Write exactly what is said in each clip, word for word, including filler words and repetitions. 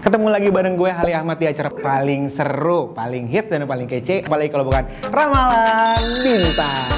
Ketemu lagi bareng gue Hali Ahmad di acara paling seru, paling hits dan paling kece, apalagi kalau bukan Ramalan Bintang.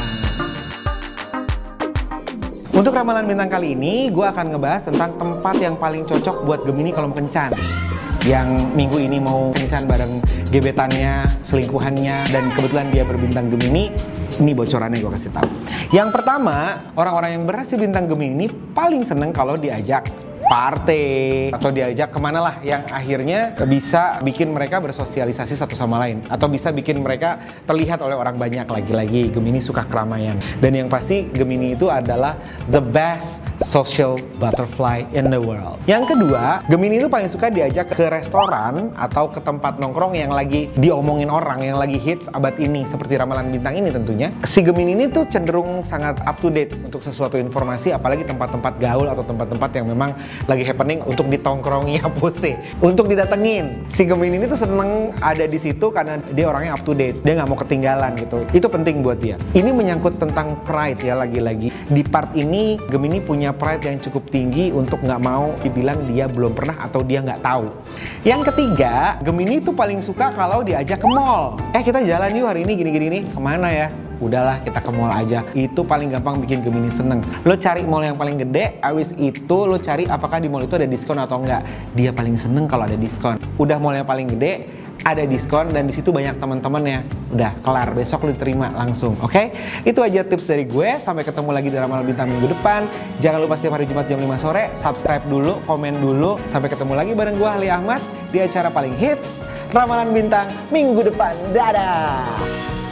Untuk Ramalan Bintang kali ini, gue akan ngebahas tentang tempat yang paling cocok buat Gemini kalau mau kencan. Yang minggu ini mau kencan bareng gebetannya, selingkuhannya, dan kebetulan dia berbintang Gemini. Ini bocorannya gue kasih tahu. Yang pertama, orang-orang yang berhasil bintang Gemini paling seneng kalau diajak party atau diajak kemana lah yang akhirnya bisa bikin mereka bersosialisasi satu sama lain atau bisa bikin mereka terlihat oleh orang banyak. Lagi-lagi Gemini suka keramaian, dan yang pasti Gemini itu adalah the best social butterfly in the world. Yang kedua, Gemini itu paling suka diajak ke restoran atau ke tempat nongkrong yang lagi diomongin orang, yang lagi hits abad ini, seperti Ramalan Bintang ini tentunya. Si Gemini ini tuh cenderung sangat up to date untuk sesuatu informasi, apalagi tempat-tempat gaul atau tempat-tempat yang memang lagi happening untuk ditongkrongi, pose, untuk didatengin. Si Gemini ini tuh seneng ada di situ karena dia orangnya up to date, dia nggak mau ketinggalan gitu. Itu penting buat dia. Ini menyangkut tentang pride ya, lagi-lagi di part ini Gemini punya pride yang cukup tinggi untuk nggak mau dibilang dia belum pernah atau dia nggak tahu. Yang ketiga, Gemini tuh paling suka kalau diajak ke mall. Eh kita jalan yuk hari ini gini-gini nih, kemana ya? Udahlah kita ke mall aja. Itu paling gampang bikin Gemini seneng. Lo cari mall yang paling gede, abis itu lo cari apakah di mall itu ada diskon atau enggak. Dia paling seneng kalau ada diskon. Udah mall yang paling gede, ada diskon, dan di situ banyak teman-temannya. Udah kelar, besok lo diterima langsung. Oke? Okay? Itu aja tips dari gue. Sampai ketemu lagi di Ramalan Bintang minggu depan. Jangan lupa setiap hari Jumat jam lima sore subscribe dulu, komen dulu. Sampai ketemu lagi bareng gue Hali Ahmad di acara paling hits Ramalan Bintang minggu depan. Dadah.